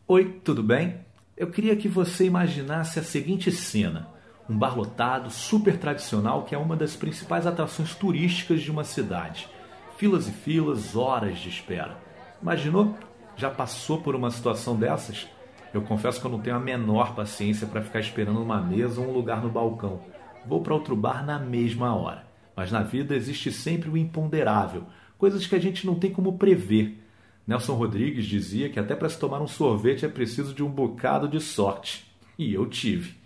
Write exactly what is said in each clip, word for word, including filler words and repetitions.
Oi, tudo bem? Eu queria que você imaginasse a seguinte cena. Um bar lotado, super tradicional, que é uma das principais atrações turísticas de uma cidade. Filas e filas, horas de espera. Imaginou? Já passou por uma situação dessas? Eu confesso que eu não tenho a menor paciência para ficar esperando uma mesa ou um lugar no balcão. Vou para outro bar na mesma hora. Mas na vida existe sempre o imponderável, coisas que a gente não tem como prever. Nelson Rodrigues dizia que até para se tomar um sorvete é preciso de um bocado de sorte. E eu tive.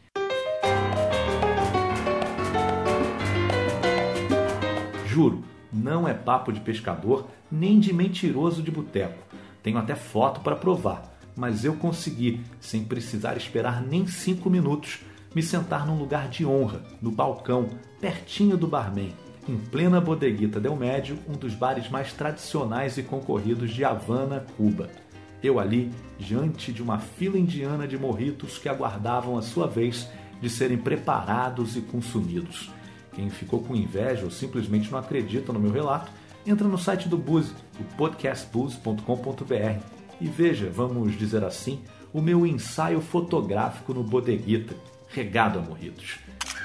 Juro, não é papo de pescador nem de mentiroso de boteco. Tenho até foto para provar, mas eu consegui, sem precisar esperar nem cinco minutos, me sentar num lugar de honra, no balcão, pertinho do barman, em plena Bodeguita del Médio, um dos bares mais tradicionais e concorridos de Havana, Cuba. Eu ali, diante de uma fila indiana de mojitos que aguardavam a sua vez de serem preparados e consumidos. Quem ficou com inveja ou simplesmente não acredita no meu relato, entra no site do Boozy, o podcast boozy ponto com ponto b r, e veja, vamos dizer assim, o meu ensaio fotográfico no Bodeguita, regado a mojitos.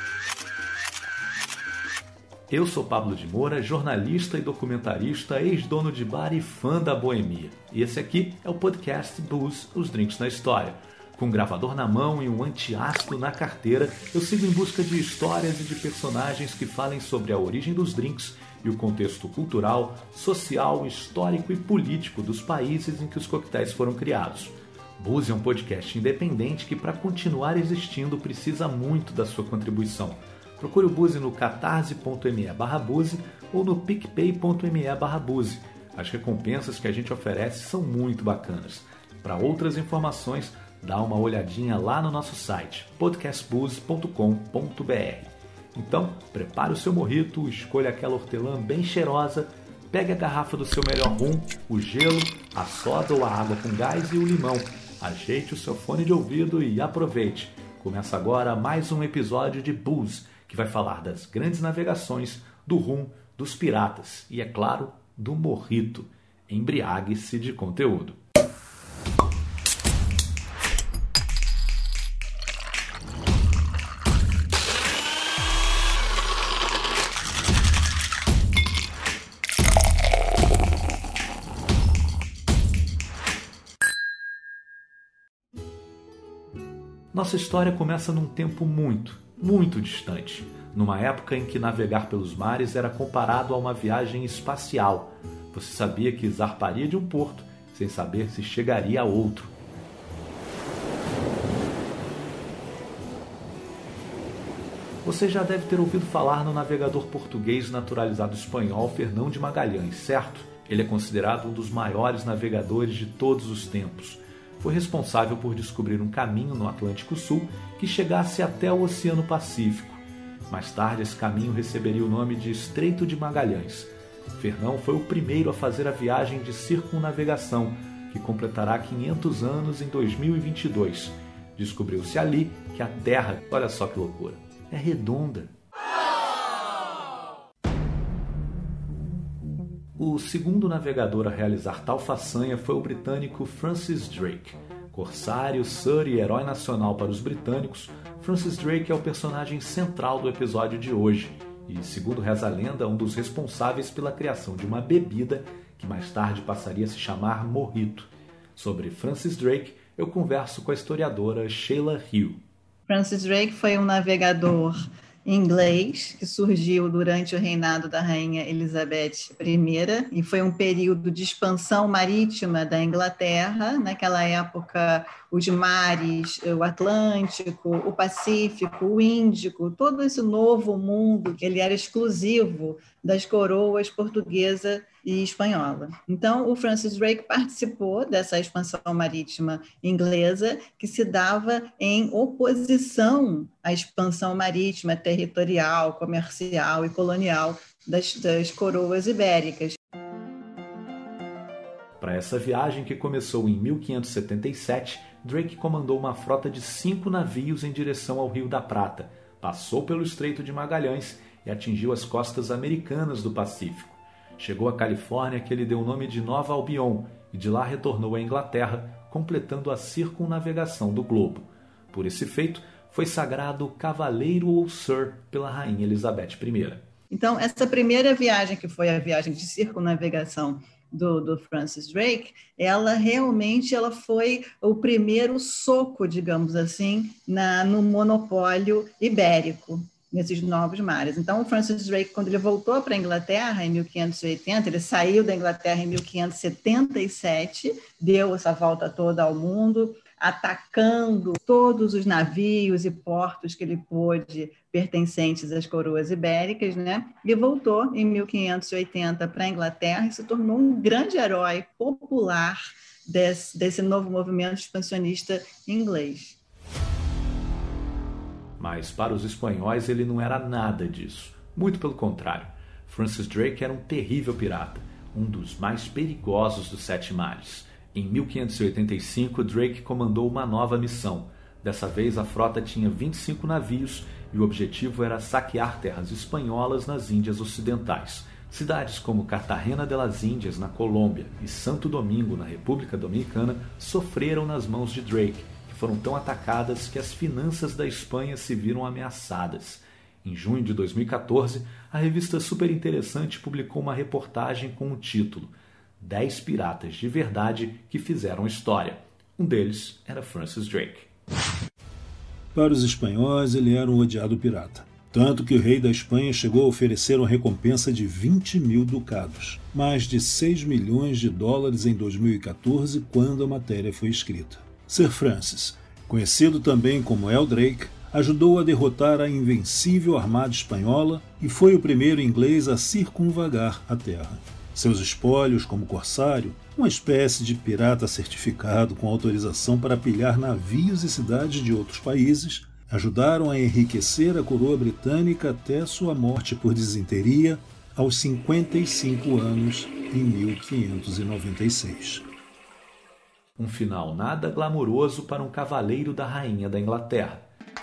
Eu sou Pablo de Moura, jornalista e documentarista, ex-dono de bar e fã da boemia. E esse aqui é o podcast Booze, os drinks na história. Com um gravador na mão e um antiácido na carteira, eu sigo em busca de histórias e de personagens que falem sobre a origem dos drinks e o contexto cultural, social, histórico e político dos países em que os coquetéis foram criados. Booze é um podcast independente que, para continuar existindo, precisa muito da sua contribuição. Procure o Boozy no catarse.me barra Boozy ou no picpay.me barra Boozy. As recompensas que a gente oferece são muito bacanas. Para outras informações, dá uma olhadinha lá no nosso site, podcast boozy ponto com ponto b r. Então, prepare o seu mojito, escolha aquela hortelã bem cheirosa, pegue a garrafa do seu melhor rum, o gelo, a soda ou a água com gás e o limão. Ajeite o seu fone de ouvido e aproveite. Começa agora mais um episódio de Booze, que vai falar das grandes navegações, do rum, dos piratas e, é claro, do mojito. Embriague-se de conteúdo. Nossa história começa num tempo muito, muito distante, numa época em que navegar pelos mares era comparado a uma viagem espacial. Você sabia que zarparia de um porto, sem saber se chegaria a outro. Você já deve ter ouvido falar no navegador português naturalizado espanhol Fernão de Magalhães, certo? Ele é considerado um dos maiores navegadores de todos os tempos. Foi responsável por descobrir um caminho no Atlântico Sul que chegasse até o Oceano Pacífico. Mais tarde, esse caminho receberia o nome de Estreito de Magalhães. Fernão foi o primeiro a fazer a viagem de circunnavegação, que completará quinhentos anos em dois mil e vinte e dois. Descobriu-se ali que a Terra, olha só que loucura, é redonda. O segundo navegador a realizar tal façanha foi o britânico Francis Drake. Corsário, sir e herói nacional para os britânicos, Francis Drake é o personagem central do episódio de hoje e, segundo reza a lenda, um dos responsáveis pela criação de uma bebida que mais tarde passaria a se chamar mojito. Sobre Francis Drake, eu converso com a historiadora Sheila Hill. Francis Drake foi um navegador inglês que surgiu durante o reinado da rainha Elizabeth I e foi um período de expansão marítima da Inglaterra. Naquela época, os mares, o Atlântico, o Pacífico, o Índico, todo esse novo mundo, ele era exclusivo das coroas portuguesa e espanhola. Então, o Francis Drake participou dessa expansão marítima inglesa que se dava em oposição à expansão marítima, territorial, comercial e colonial das, das coroas ibéricas. Para essa viagem, que começou em mil quinhentos e setenta e sete, Drake comandou uma frota de cinco navios em direção ao Rio da Prata, passou pelo Estreito de Magalhães e atingiu as costas americanas do Pacífico. Chegou à Califórnia, que ele deu o nome de Nova Albion, e de lá retornou à Inglaterra, completando a circunnavegação do globo. Por esse feito, foi sagrado cavaleiro ou Sir pela Rainha Elizabeth I. Então, essa primeira viagem, que foi a viagem de circunnavegação do, do Francis Drake, ela realmente ela foi o primeiro soco, digamos assim, na, no monopólio ibérico, nesses novos mares. Então, o Francis Drake, quando ele voltou para a Inglaterra em mil quinhentos e oitenta, ele saiu da Inglaterra em mil quinhentos e setenta e sete, deu essa volta toda ao mundo, atacando todos os navios e portos que ele pôde, pertencentes às coroas ibéricas, né? E voltou em mil quinhentos e oitenta para a Inglaterra e se tornou um grande herói popular desse, desse novo movimento expansionista inglês. Mas para os espanhóis ele não era nada disso. Muito pelo contrário. Francis Drake era um terrível pirata, um dos mais perigosos dos sete mares. Em mil quinhentos e oitenta e cinco, Drake comandou uma nova missão. Dessa vez, a frota tinha vinte e cinco navios e o objetivo era saquear terras espanholas nas Índias Ocidentais. Cidades como Cartagena de las Índias, na Colômbia, e Santo Domingo, na República Dominicana, sofreram nas mãos de Drake, que foram tão atacadas que as finanças da Espanha se viram ameaçadas. Em junho de dois mil e quatorze, a revista Super Interessante publicou uma reportagem com o título dez piratas de verdade que fizeram história. Um deles era Francis Drake. Para os espanhóis, ele era um odiado pirata. Tanto que o rei da Espanha chegou a oferecer uma recompensa de vinte mil ducados, mais de seis milhões de dólares em dois mil e quatorze, quando a matéria foi escrita. Sir Francis, conhecido também como El Drake, ajudou a derrotar a invencível armada espanhola e foi o primeiro inglês a circunvagar a terra. Seus espólios como corsário, uma espécie de pirata certificado com autorização para pilhar navios e cidades de outros países, ajudaram a enriquecer a coroa britânica até sua morte por disenteria aos cinquenta e cinco anos em mil quinhentos e noventa e seis. Um final nada glamouroso para um cavaleiro da Rainha da Inglaterra.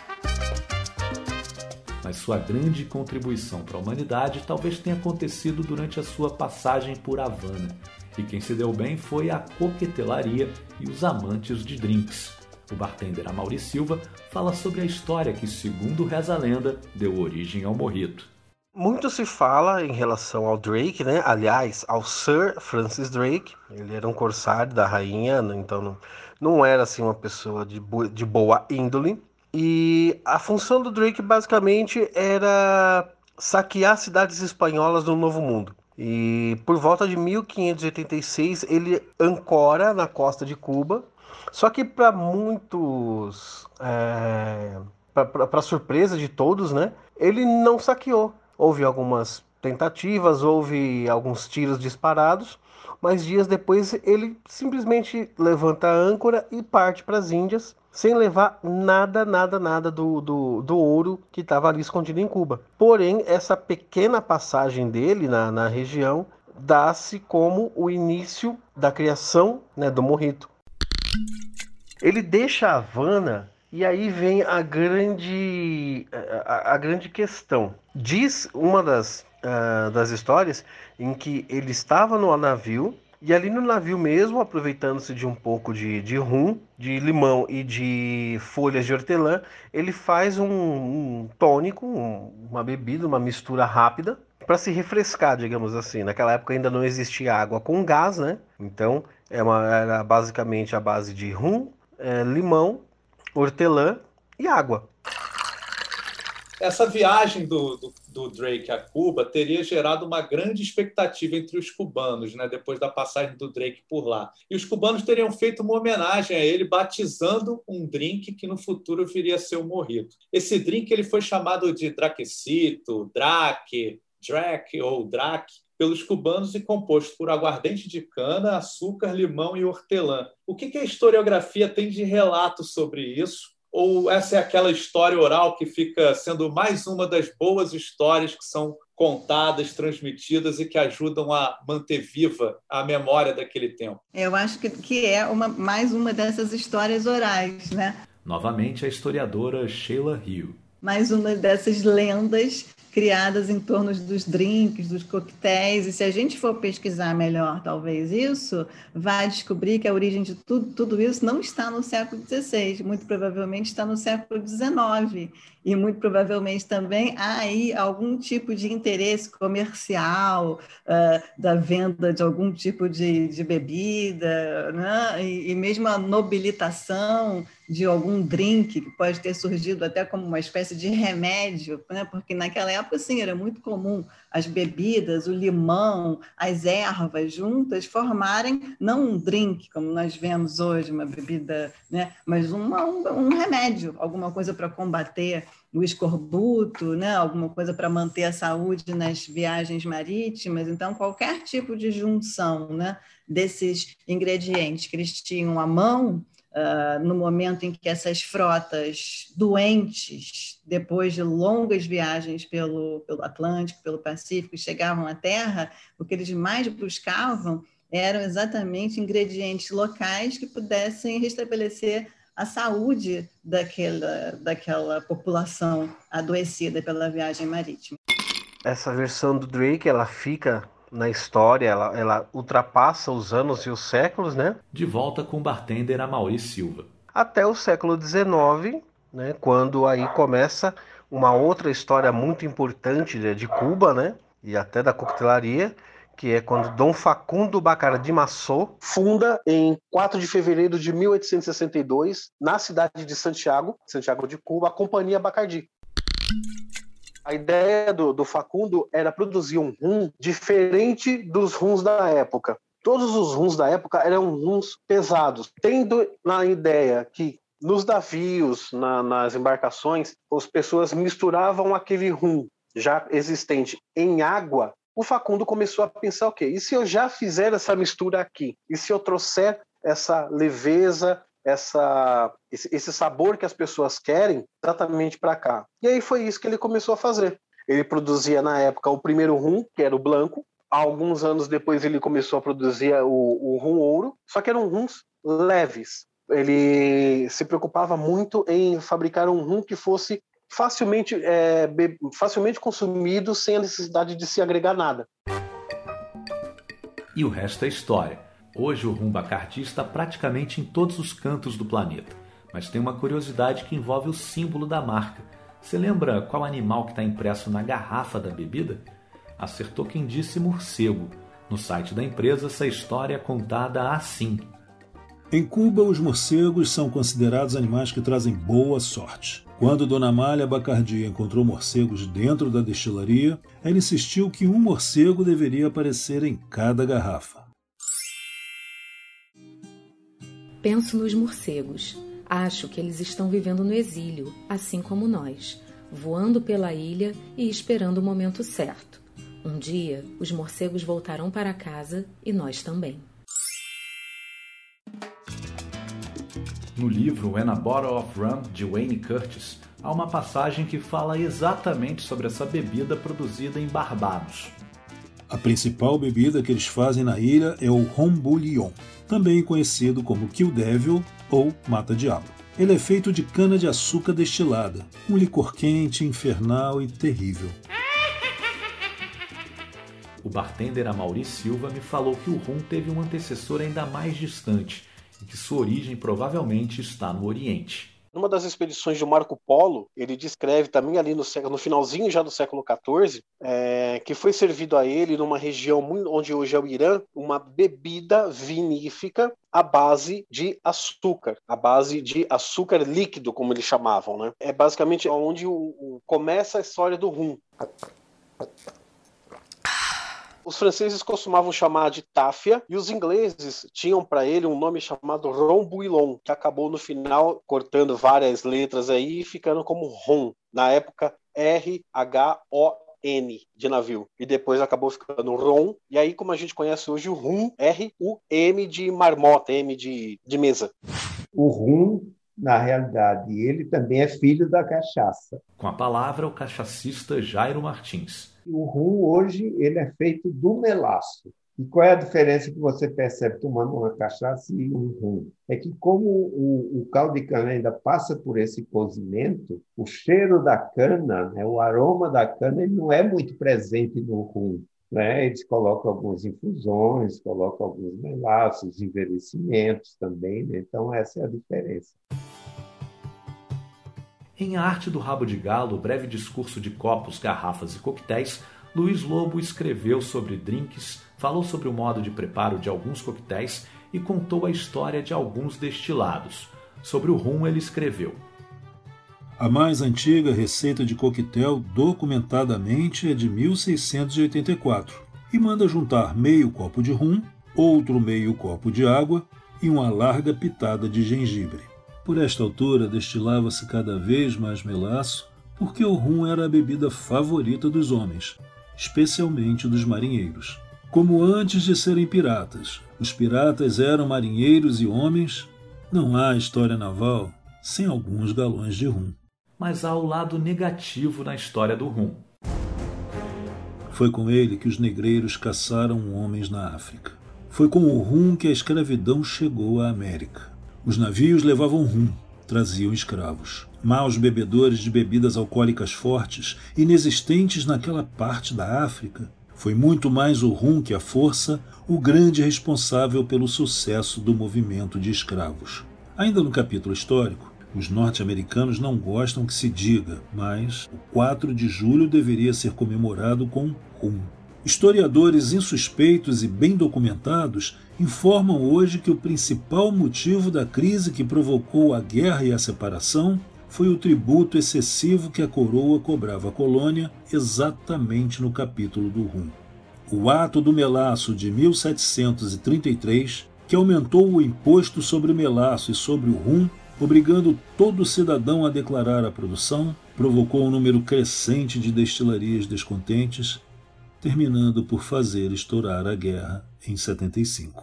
Mas sua grande contribuição para a humanidade talvez tenha acontecido durante a sua passagem por Havana. E quem se deu bem foi a coquetelaria e os amantes de drinks. O bartender Amaury Silva fala sobre a história que, segundo reza a lenda, deu origem ao mojito. Muito se fala em relação ao Drake, né? Aliás, ao Sir Francis Drake. Ele era um corsário da rainha, então não, não era assim uma pessoa de, bo- de boa índole. E a função do Drake basicamente era saquear cidades espanholas do Novo Mundo. E por volta de mil quinhentos e oitenta e seis ele ancora na costa de Cuba. Só que para muitos, é, para surpresa de todos, né, ele não saqueou. Houve algumas tentativas, houve alguns tiros disparados, mas dias depois ele simplesmente levanta a âncora e parte para as Índias, sem levar nada, nada, nada do, do, do ouro que estava ali escondido em Cuba. Porém, essa pequena passagem dele na, na região dá-se como o início da criação, né, do mojito. Ele deixa a Havana e aí vem a grande, a, a grande questão. Diz uma das, uh, das histórias em que ele estava no navio, e ali no navio mesmo, aproveitando-se de um pouco de, de rum, de limão e de folhas de hortelã, ele faz um, um tônico, um, uma bebida, uma mistura rápida, para se refrescar, digamos assim. Naquela época ainda não existia água com gás, né? Então é uma, era basicamente a base de rum, é, limão, hortelã e água. Essa viagem do, do, do Drake a Cuba teria gerado uma grande expectativa entre os cubanos, né, depois da passagem do Drake por lá. E os cubanos teriam feito uma homenagem a ele, batizando um drink que no futuro viria a ser o mojito. Esse drink ele foi chamado de Drakecito, Drake, Drac ou Drac, pelos cubanos e composto por aguardente de cana, açúcar, limão e hortelã. O que, que a historiografia tem de relato sobre isso? Ou essa é aquela história oral que fica sendo mais uma das boas histórias que são contadas, transmitidas e que ajudam a manter viva a memória daquele tempo? Eu acho que, que é uma, mais uma dessas histórias orais, né? Novamente, a historiadora Sheila Hill. Mais uma dessas lendas criadas em torno dos drinks, dos coquetéis, e se a gente for pesquisar melhor, talvez isso, vai descobrir que a origem de tudo, tudo isso não está no século dezesseis, muito provavelmente está no século dezenove, e muito provavelmente também há aí algum tipo de interesse comercial uh, da venda de algum tipo de, de bebida, né? e, e mesmo a nobilitação de algum drink que pode ter surgido até como uma espécie de remédio, né? Porque naquela época, sim, era muito comum as bebidas, o limão, as ervas juntas formarem não um drink, como nós vemos hoje, uma bebida, né? Mas uma, um, um remédio, alguma coisa para combater o escorbuto, né? Alguma coisa para manter a saúde nas viagens marítimas. Então, qualquer tipo de junção, né, desses ingredientes que eles tinham à mão, Uh, no momento em que essas frotas doentes, depois de longas viagens pelo, pelo Atlântico, pelo Pacífico, chegavam à Terra, o que eles mais buscavam eram exatamente ingredientes locais que pudessem restabelecer a saúde daquela, daquela população adoecida pela viagem marítima. Essa versão do Drake, ela fica na história, ela, ela ultrapassa os anos e os séculos, né? De volta com o bartender Amaury Silva. Até o século dezenove, né? Quando aí começa uma outra história muito importante de Cuba, né? E até da coquetelaria, que é quando Dom Facundo Bacardi Massó funda em quatro de fevereiro de mil oitocentos e sessenta e dois, na cidade de Santiago, Santiago de Cuba, a Companhia Bacardi. A ideia do, do Facundo era produzir um rum diferente dos rums da época. Todos os rums da época eram rums pesados, tendo na ideia que nos navios, na, nas embarcações, as pessoas misturavam aquele rum já existente em água. O Facundo começou a pensar, ok, e se eu já fizer essa mistura aqui? E se eu trouxer essa leveza, essa, esse, esse sabor que as pessoas querem exatamente para cá? E aí foi isso que ele começou a fazer. Ele produzia na época o primeiro rum, que era o branco. Alguns anos depois ele começou a produzir o, o rum ouro, só que eram rums leves. Ele se preocupava muito em fabricar um rum que fosse facilmente, é, be, facilmente consumido sem a necessidade de se agregar nada. E o resto é história. Hoje o rum Bacardi está praticamente em todos os cantos do planeta. Mas tem uma curiosidade que envolve o símbolo da marca. Você lembra qual animal que está impresso na garrafa da bebida? Acertou quem disse morcego. No site da empresa, essa história é contada assim. Em Cuba, os morcegos são considerados animais que trazem boa sorte. Quando Dona Amália Bacardi encontrou morcegos dentro da destilaria, ela insistiu que um morcego deveria aparecer em cada garrafa. Penso nos morcegos. Acho que eles estão vivendo no exílio, assim como nós, voando pela ilha e esperando o momento certo. Um dia, os morcegos voltarão para casa e nós também. No livro When a Bottle of Rum, de Wayne Curtis, há uma passagem que fala exatamente sobre essa bebida produzida em Barbados. A principal bebida que eles fazem na ilha é o Rum Bouillon, também conhecido como Kill Devil ou Mata-Diabo. Ele é feito de cana-de-açúcar destilada, um licor quente, infernal e terrível. O bartender Amaury Silva me falou que o rum teve um antecessor ainda mais distante e que sua origem provavelmente está no Oriente. Numa das expedições de Marco Polo, ele descreve também ali no, no finalzinho já do século quatorze, é, que foi servido a ele numa região muito, onde hoje é o Irã, uma bebida vinífica à base de açúcar, à base de açúcar líquido, como eles chamavam, né? É basicamente onde o, o, começa a história do rum. Os franceses costumavam chamar de tafia e os ingleses tinham para ele um nome chamado Rum Bouillon, que acabou no final cortando várias letras aí e ficando como rum. Na época, R H O N de navio. E depois acabou ficando rum. E aí, como a gente conhece hoje, o rum, R U M de marmota, M de, de mesa. O rum, na realidade, ele também é filho da cachaça. Com a palavra, o cachacista Jairo Martins. O rum hoje ele é feito do melaço. E qual é a diferença que você percebe tomando uma cachaça e um rum? É que como o, o caldo de cana ainda passa por esse cozimento, o cheiro da cana, né, o aroma da cana, ele não é muito presente no rum. Né? Eles colocam algumas infusões, colocam alguns melaços, envelhecimentos também. Né? Então, essa é a diferença. Em A Arte do Rabo de Galo, breve discurso de copos, garrafas e coquetéis, Luiz Lobo escreveu sobre drinks, falou sobre o modo de preparo de alguns coquetéis e contou a história de alguns destilados. Sobre o rum, ele escreveu: a mais antiga receita de coquetel documentadamente é de mil seiscentos e oitenta e quatro e manda juntar meio copo de rum, outro meio copo de água e uma larga pitada de gengibre. Por esta altura, destilava-se cada vez mais melaço, porque o rum era a bebida favorita dos homens, especialmente dos marinheiros. Como antes de serem piratas, os piratas eram marinheiros e homens, não há história naval sem alguns galões de rum. Mas há o lado negativo na história do rum. Foi com ele que os negreiros caçaram homens na África. Foi com o rum que a escravidão chegou à América. Os navios levavam rum, traziam escravos. Maus bebedores de bebidas alcoólicas fortes, inexistentes naquela parte da África, foi muito mais o rum que a força, o grande responsável pelo sucesso do movimento de escravos. Ainda no capítulo histórico, os norte-americanos não gostam que se diga, mas o quatro de julho deveria ser comemorado com rum. Historiadores insuspeitos e bem documentados informam hoje que o principal motivo da crise que provocou a guerra e a separação foi o tributo excessivo que a coroa cobrava à colônia exatamente no capítulo do rum. O Ato do Melaço de mil setecentos e trinta e três, que aumentou o imposto sobre o melaço e sobre o rum, obrigando todo cidadão a declarar a produção, provocou um número crescente de destilarias descontentes, terminando por fazer estourar a guerra em setenta e cinco.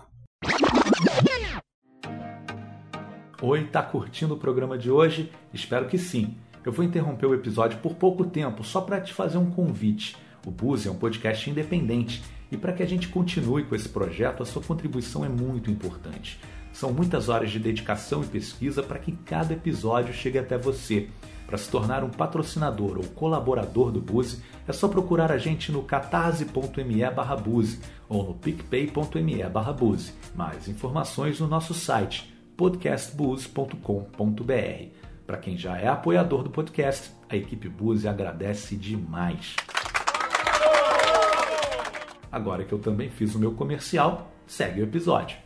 Oi, tá curtindo o programa de hoje? Espero que sim. Eu vou interromper o episódio por pouco tempo, só para te fazer um convite. O Búzio é um podcast independente e para que a gente continue com esse projeto, a sua contribuição é muito importante. São muitas horas de dedicação e pesquisa para que cada episódio chegue até você. Para se tornar um patrocinador ou colaborador do Búzio, é só procurar a gente no catarse.me barra Búzio ou no picpay.me barra Búzio. Mais informações no nosso site podcast buzz ponto com ponto b r. Para quem já é apoiador do podcast, a equipe Búzio agradece demais. Agora que eu também fiz o meu comercial, segue o episódio.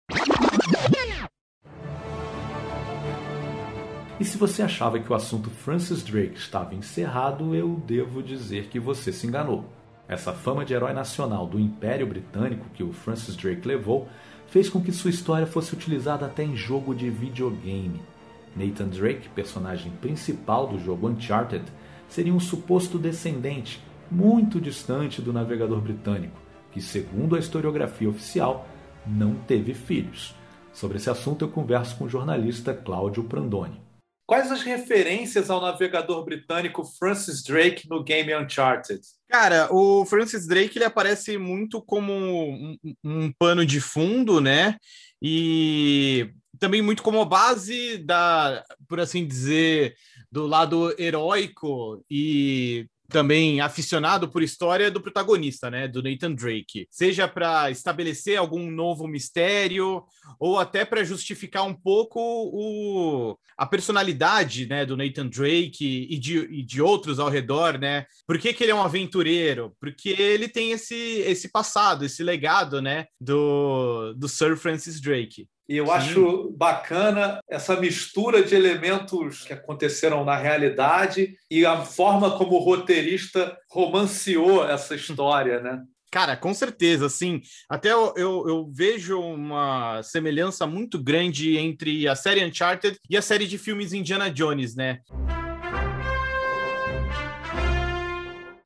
E se você achava que o assunto Francis Drake estava encerrado, eu devo dizer que você se enganou. Essa fama de herói nacional do Império Britânico que o Francis Drake levou fez com que sua história fosse utilizada até em jogo de videogame. Nathan Drake, personagem principal do jogo Uncharted, seria um suposto descendente muito distante do navegador britânico, que, segundo a historiografia oficial, não teve filhos. Sobre esse assunto eu converso com o jornalista Cláudio Prandoni. Quais as referências ao navegador britânico Francis Drake no game Uncharted? Cara, o Francis Drake ele aparece muito como um, um pano de fundo, né? E também muito como a base da, por assim dizer, do lado heróico e também aficionado por história do protagonista, né, do Nathan Drake, seja para estabelecer algum novo mistério ou até para justificar um pouco o, a personalidade, né, do Nathan Drake e de, e de outros ao redor, né? Por que que ele é um aventureiro? Porque ele tem esse, esse passado, esse legado, né, do, do Sir Francis Drake. E eu Sim. acho bacana essa mistura de elementos que aconteceram na realidade e a forma como o roteirista romanceou essa história, né? Cara, com certeza, sim. Até eu, eu, eu vejo uma semelhança muito grande entre a série Uncharted e a série de filmes Indiana Jones, né?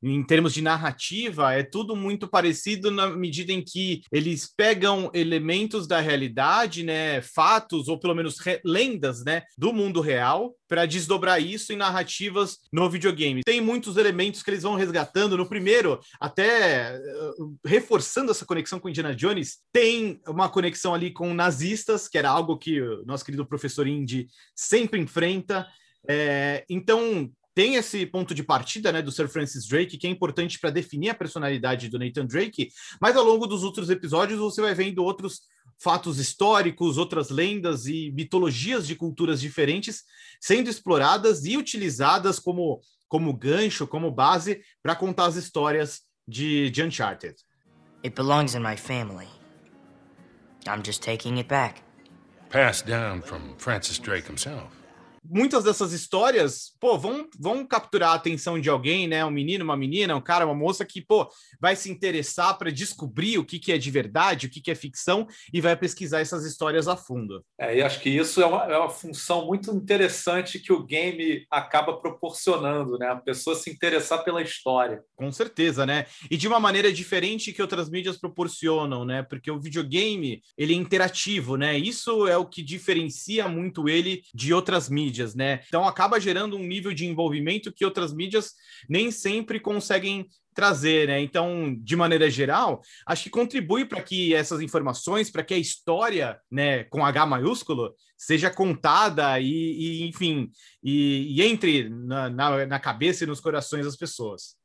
em termos de narrativa, é tudo muito parecido na medida em que eles pegam elementos da realidade, né, fatos, ou pelo menos lendas, né, do mundo real, para desdobrar isso em narrativas no videogame. Tem muitos elementos que eles vão resgatando. No primeiro, até uh, reforçando essa conexão com Indiana Jones, tem uma conexão ali com nazistas, que era algo que o nosso querido professor Indy sempre enfrenta. É, então, tem esse ponto de partida, né, do Sir Francis Drake, que é importante para definir a personalidade do Nathan Drake, mas ao longo dos outros episódios você vai vendo outros fatos históricos, outras lendas e mitologias de culturas diferentes sendo exploradas e utilizadas como, como gancho, como base para contar as histórias de, de Uncharted. It belongs in my family. I'm just taking it back. Passed down from Francis Drake himself. Muitas dessas histórias, pô, vão, vão capturar a atenção de alguém, né? Um menino, uma menina, um cara, uma moça que, pô, vai se interessar para descobrir o que, que é de verdade, o que, que é ficção e vai pesquisar essas histórias a fundo. É, e acho que isso é uma, é uma função muito interessante que o game acaba proporcionando, né? A pessoa se interessar pela história. Com certeza, né? E de uma maneira diferente que outras mídias proporcionam, né? Porque o videogame, ele é interativo, né? Isso é o que diferencia muito ele de outras mídias. Né? Então acaba gerando um nível de envolvimento que outras mídias nem sempre conseguem trazer, né? Então, de maneira geral, acho que contribui para que essas informações, para que a história, né, com H maiúsculo, seja contada e, e enfim, e, e entre na, na, na cabeça e nos corações das pessoas.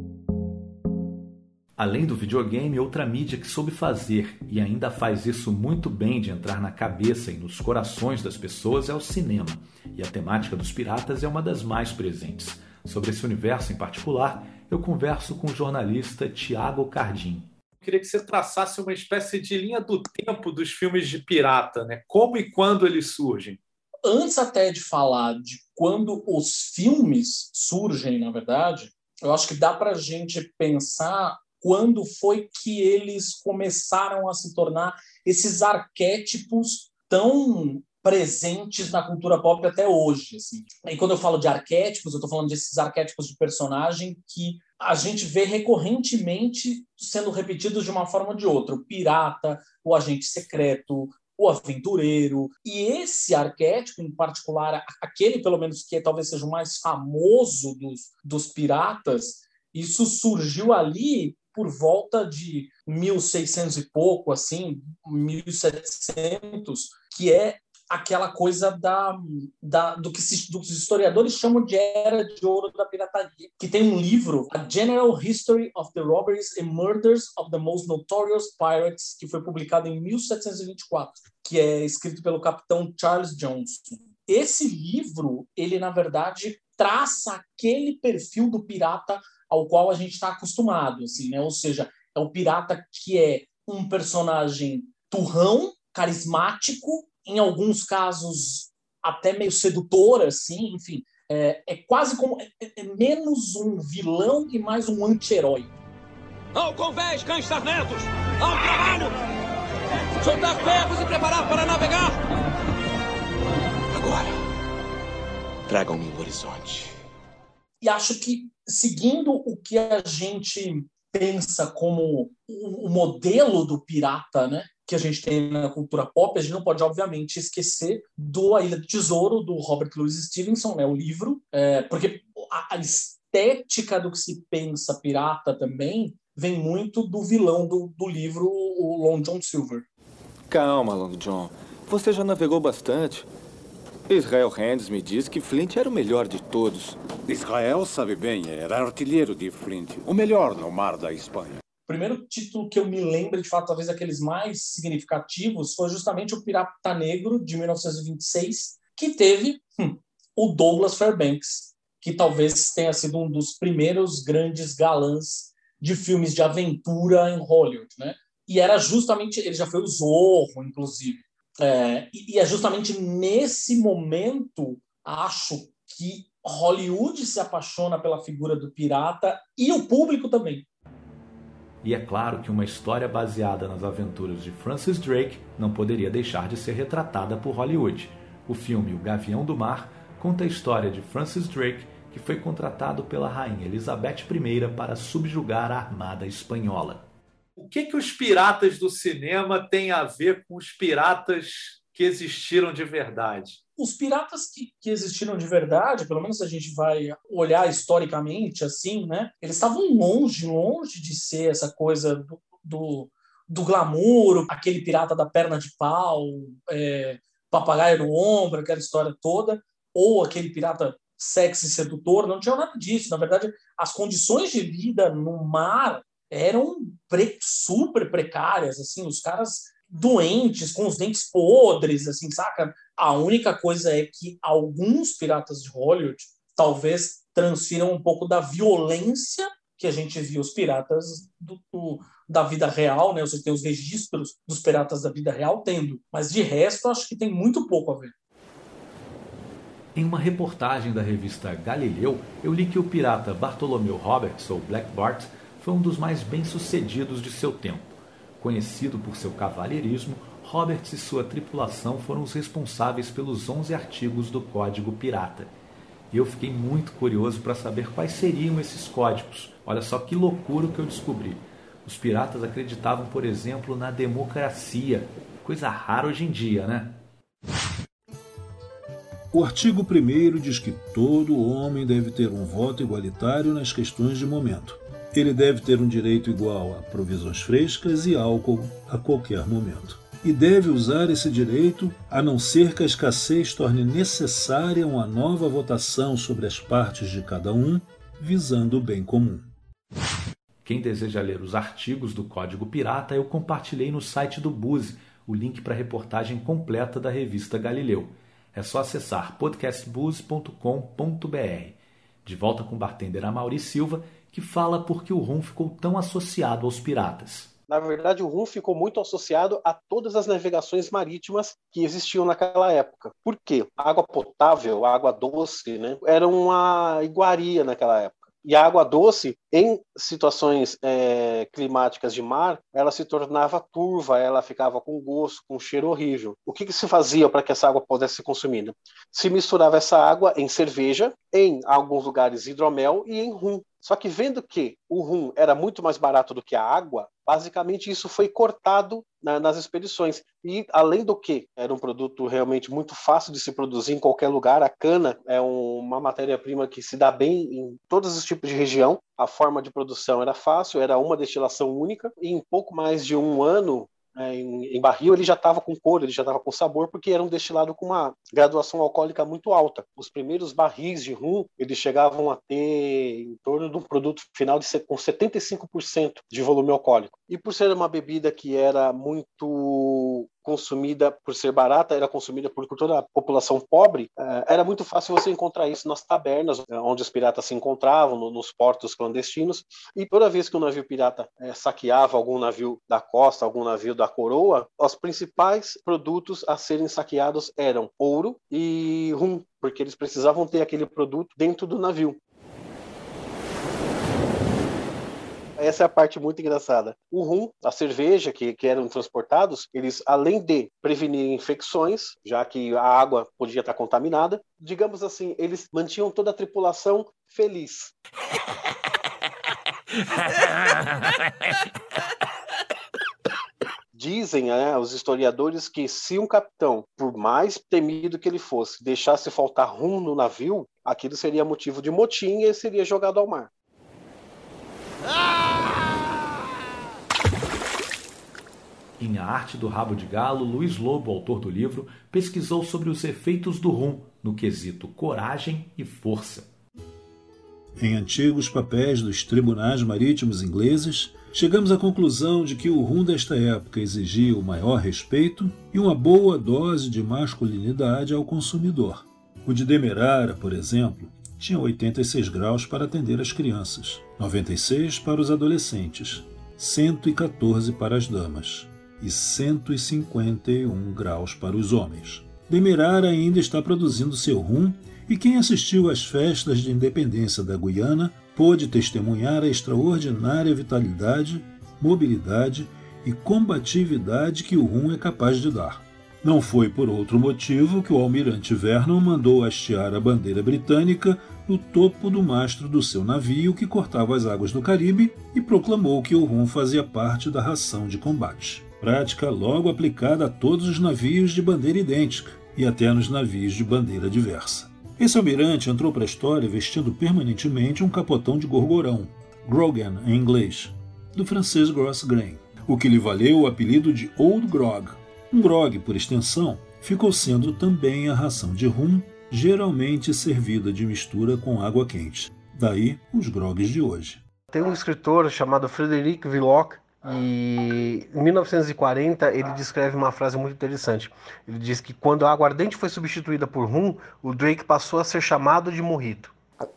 Além do videogame, outra mídia que soube fazer e ainda faz isso muito bem de entrar na cabeça e nos corações das pessoas é o cinema. E a temática dos piratas é uma das mais presentes. Sobre esse universo em particular, eu converso com o jornalista Tiago Cardim. Eu queria que você traçasse uma espécie de linha do tempo dos filmes de pirata, né? Como e quando eles surgem. Antes até de falar de quando os filmes surgem, na verdade, eu acho que dá para a gente pensar quando foi que eles começaram a se tornar esses arquétipos tão presentes na cultura pop até hoje. Assim. E quando eu falo de arquétipos, eu estou falando desses arquétipos de personagem que a gente vê recorrentemente sendo repetidos de uma forma ou de outra. O pirata, o agente secreto, o aventureiro. E esse arquétipo, em particular, aquele pelo menos que talvez seja o mais famoso dos, dos piratas, isso surgiu ali por volta de mil e seiscentos e pouco, assim, mil e setecentos, que é aquela coisa da, da, do, que se, do que os historiadores chamam de Era de Ouro da Pirataria, que tem um livro, A General History of the Robberies and Murders of the Most Notorious Pirates, que foi publicado em mil setecentos e vinte e quatro, que é escrito pelo capitão Charles Johnson. Esse livro, ele, na verdade, traça aquele perfil do pirata ao qual a gente está acostumado, assim, né? Ou seja, é o pirata que é um personagem turrão, carismático, em alguns casos até meio sedutor, assim, enfim, é, é quase como é, é menos um vilão e mais um anti-herói. Ao convés, cães sarmentos! Ao trabalho! Soltar ferros e preparar para navegar! Agora, tragam-me o horizonte. E acho que, seguindo o que a gente pensa como o modelo do pirata, né, que a gente tem na cultura pop, a gente não pode, obviamente, esquecer do A Ilha do Tesouro, do Robert Louis Stevenson, né, o livro, é, porque a, a estética do que se pensa pirata também vem muito do vilão do, do livro, o Long John Silver. Calma, Long John. Você já navegou bastante. Israel Hands me diz que Flint era o melhor de todos. Israel sabe bem, era artilheiro de Flint, o melhor no mar da Espanha. O primeiro título que eu me lembro, de fato, talvez aqueles mais significativos, foi justamente o Pirata Negro, de mil novecentos e vinte e seis, que teve hum, o Douglas Fairbanks, que talvez tenha sido um dos primeiros grandes galãs de filmes de aventura em Hollywood, né? E era justamente, ele já foi o Zorro, inclusive. É, e é justamente nesse momento, acho, que Hollywood se apaixona pela figura do pirata e o público também. E é claro que uma história baseada nas aventuras de Francis Drake não poderia deixar de ser retratada por Hollywood. O filme O Gavião do Mar conta a história de Francis Drake, que foi contratado pela Rainha Elizabeth I para subjugar a armada espanhola. O que, que os piratas do cinema têm a ver com os piratas que existiram de verdade? Os piratas que, que existiram de verdade, pelo menos a gente vai olhar historicamente assim, né? Eles estavam longe, longe de ser essa coisa do, do, do glamour, aquele pirata da perna de pau, é, papagaio no ombro, aquela história toda, ou aquele pirata sexy sedutor. Não tinha nada disso. Na verdade, as condições de vida no mar eram pre- super precárias, assim, os caras doentes, com os dentes podres, assim, saca? A única coisa é que alguns piratas de Hollywood talvez transfiram um pouco da violência que a gente viu os piratas do, do, da vida real, né? Você tem os registros dos piratas da vida real tendo, mas de resto acho que tem muito pouco a ver. Em uma reportagem da revista Galileu, eu li que o pirata Bartholomew Roberts, ou Black Bart, foi um dos mais bem-sucedidos de seu tempo. Conhecido por seu cavalheirismo, Roberts e sua tripulação foram os responsáveis pelos onze artigos do Código Pirata. E eu fiquei muito curioso para saber quais seriam esses códigos. Olha só que loucura que eu descobri. Os piratas acreditavam, por exemplo, na democracia. Coisa rara hoje em dia, né? O artigo primeiro diz que todo homem deve ter um voto igualitário nas questões de momento. Ele deve ter um direito igual a provisões frescas e álcool a qualquer momento. E deve usar esse direito, a não ser que a escassez torne necessária uma nova votação sobre as partes de cada um, visando o bem comum. Quem deseja ler os artigos do Código Pirata, eu compartilhei no site do Buzi, o link para a reportagem completa da revista Galileu. É só acessar podcast buzz ponto com ponto b r. De volta com o bartender Amaury Silva, que fala por que o rum ficou tão associado aos piratas. Na verdade, o rum ficou muito associado a todas as navegações marítimas que existiam naquela época. Por quê? A água potável, a água doce, né, era uma iguaria naquela época. E a água doce, em situações é, climáticas de mar, ela se tornava turva, ela ficava com gosto, com cheiro horrível. O que, que se fazia para que essa água pudesse ser consumida? Se misturava essa água em cerveja, em alguns lugares hidromel e em rum. Só que vendo que o rum era muito mais barato do que a água, basicamente isso foi cortado na, nas expedições. E, além do que, era um produto realmente muito fácil de se produzir em qualquer lugar. A cana é um, uma matéria-prima que se dá bem em todos os tipos de região. A forma de produção era fácil, era uma destilação única. E em pouco mais de um ano, É, em, em barril, ele já estava com cor, ele já estava com sabor, porque era um destilado com uma graduação alcoólica muito alta. Os primeiros barris de rum, eles chegavam a ter em torno de um produto final de, com setenta e cinco por cento de volume alcoólico. E por ser uma bebida que era muito consumida, por ser barata, era consumida por toda a população pobre, era muito fácil você encontrar isso nas tabernas, onde os piratas se encontravam, nos portos clandestinos, e toda vez que um navio pirata é, saqueava algum navio da costa, algum navio da coroa, os principais produtos a serem saqueados eram ouro e rum, porque eles precisavam ter aquele produto dentro do navio. Essa é a parte muito engraçada. O rum, a cerveja que, que eram transportados, eles, além de prevenir infecções, já que a água podia estar contaminada, digamos assim, eles mantinham toda a tripulação feliz. Dizem, né, os historiadores, que se um capitão, por mais temido que ele fosse, deixasse faltar rum no navio, aquilo seria motivo de motim e ele seria jogado ao mar. Em A Arte do Rabo de Galo, Luiz Lobo, autor do livro, pesquisou sobre os efeitos do rum no quesito coragem e força. Em antigos papéis dos tribunais marítimos ingleses, chegamos à conclusão de que o rum desta época exigia o maior respeito e uma boa dose de masculinidade ao consumidor. O de Demerara, por exemplo, tinha oitenta e seis graus para atender as crianças, noventa e seis para os adolescentes, cento e quatorze para as damas e cento e cinquenta e um graus para os homens. Demerara ainda está produzindo seu rum e quem assistiu às festas de independência da Guiana pôde testemunhar a extraordinária vitalidade, mobilidade e combatividade que o rum é capaz de dar. Não foi por outro motivo que o almirante Vernon mandou hastear a bandeira britânica no topo do mastro do seu navio que cortava as águas do Caribe e proclamou que o rum fazia parte da ração de combate. Prática logo aplicada a todos os navios de bandeira idêntica e até nos navios de bandeira diversa. Esse almirante entrou para a história vestindo permanentemente um capotão de gorgorão, Grogan em inglês, do francês Gros Grain, o que lhe valeu o apelido de Old Grog. Um grog, por extensão, ficou sendo também a ração de rum, geralmente servida de mistura com água quente. Daí os grogues de hoje. Tem um escritor chamado Frederic Villot, e em mil novecentos e quarenta ele descreve uma frase muito interessante. Ele diz que quando a aguardente foi substituída por rum, o Drake passou a ser chamado de mojito.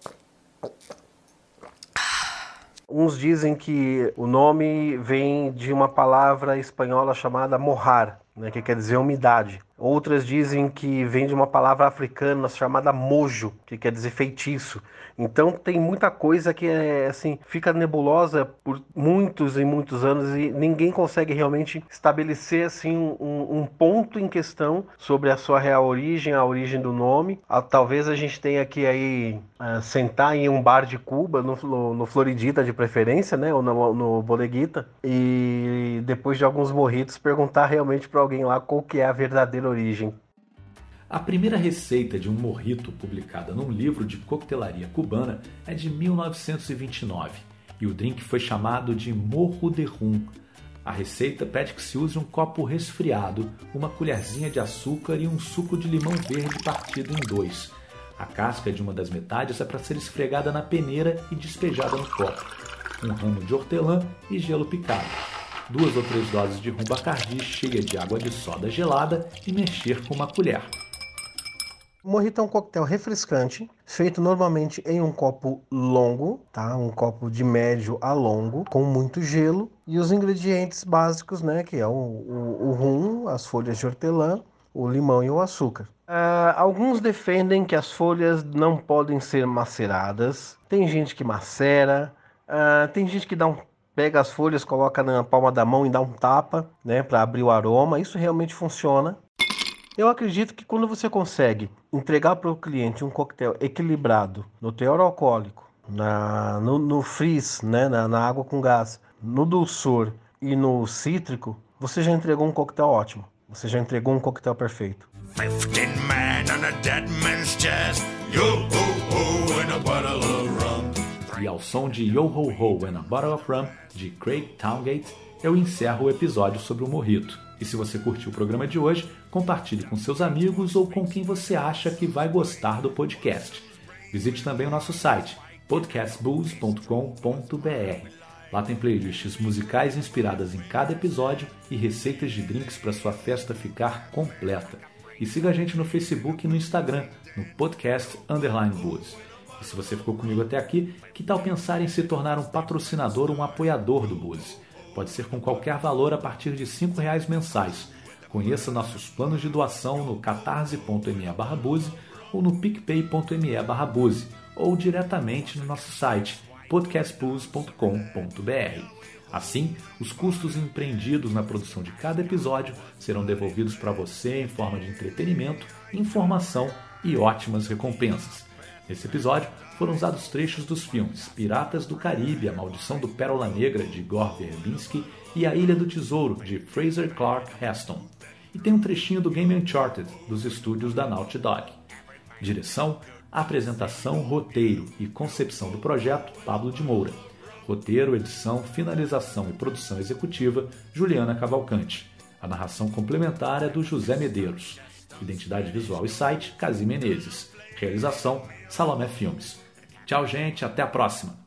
Uns dizem que o nome vem de uma palavra espanhola chamada mojar, né, que quer dizer umidade. Outras dizem que vem de uma palavra africana chamada mojo, que quer dizer feitiço. Então tem muita coisa que é, assim, fica nebulosa por muitos e muitos anos e ninguém consegue realmente estabelecer assim, um, um ponto em questão sobre a sua real origem, a origem do nome. Ah, talvez a gente tenha que aí, uh, sentar em um bar de Cuba, no, no, no Floridita de preferência, né, ou no, no Bodeguita, e depois de alguns mojitos perguntar realmente para alguém lá qual que é a verdadeira origem. A primeira receita de um mojito publicada num livro de coquetelaria cubana é de mil novecentos e vinte e nove e o drink foi chamado de morro de rum. A receita pede que se use um copo resfriado, uma colherzinha de açúcar e um suco de limão verde partido em dois. A casca de uma das metades é para ser esfregada na peneira e despejada no copo. Um ramo de hortelã e gelo picado. Duas ou três doses de rum Bacardi cheia de água de soda gelada e mexer com uma colher. O mojito é um coquetel refrescante, feito normalmente em um copo longo, tá? Um copo de médio a longo, com muito gelo. E os ingredientes básicos, né? Que é o, o, o rum, as folhas de hortelã, o limão e o açúcar. Uh, alguns defendem que as folhas não podem ser maceradas. Tem gente que macera, uh, tem gente que dá um, pega as folhas, coloca na palma da mão e dá um tapa, né? Para abrir o aroma. Isso realmente funciona. Eu acredito que quando você consegue entregar para o cliente um coquetel equilibrado no teor alcoólico, na, no, no frizz, né, na, na água com gás, no dulçor e no cítrico, você já entregou um coquetel ótimo. Você já entregou um coquetel perfeito. E ao som de Yo Ho Ho and a Bottle of Rum, de Craig Towngate, eu encerro o episódio sobre o mojito. E se você curtiu o programa de hoje, compartilhe com seus amigos ou com quem você acha que vai gostar do podcast. Visite também o nosso site, podcast booze ponto com ponto b r. Lá tem playlists musicais inspiradas em cada episódio e receitas de drinks para sua festa ficar completa. E siga a gente no Facebook e no Instagram, no podcast underline booze. E se você ficou comigo até aqui, que tal pensar em se tornar um patrocinador ou um apoiador do Booze? Pode ser com qualquer valor a partir de cinco reais mensais. Conheça nossos planos de doação no catarse ponto me barra booze ou no picpay ponto me barra booze ou diretamente no nosso site podcast booze ponto com ponto b r. Assim, os custos empreendidos na produção de cada episódio serão devolvidos para você em forma de entretenimento, informação e ótimas recompensas. Nesse episódio foram usados trechos dos filmes Piratas do Caribe, A Maldição do Pérola Negra, de Gore Verbinski, e A Ilha do Tesouro, de Fraser Clark Heston. E tem um trechinho do game Uncharted, dos estúdios da Naughty Dog. Direção, apresentação, roteiro e concepção do projeto, Pablo de Moura. Roteiro, edição, finalização e produção executiva, Juliana Cavalcante. A narração complementar é do José Medeiros. Identidade visual e site, Casim Menezes. Realização, Salomé Filmes. Tchau, gente. Até a próxima.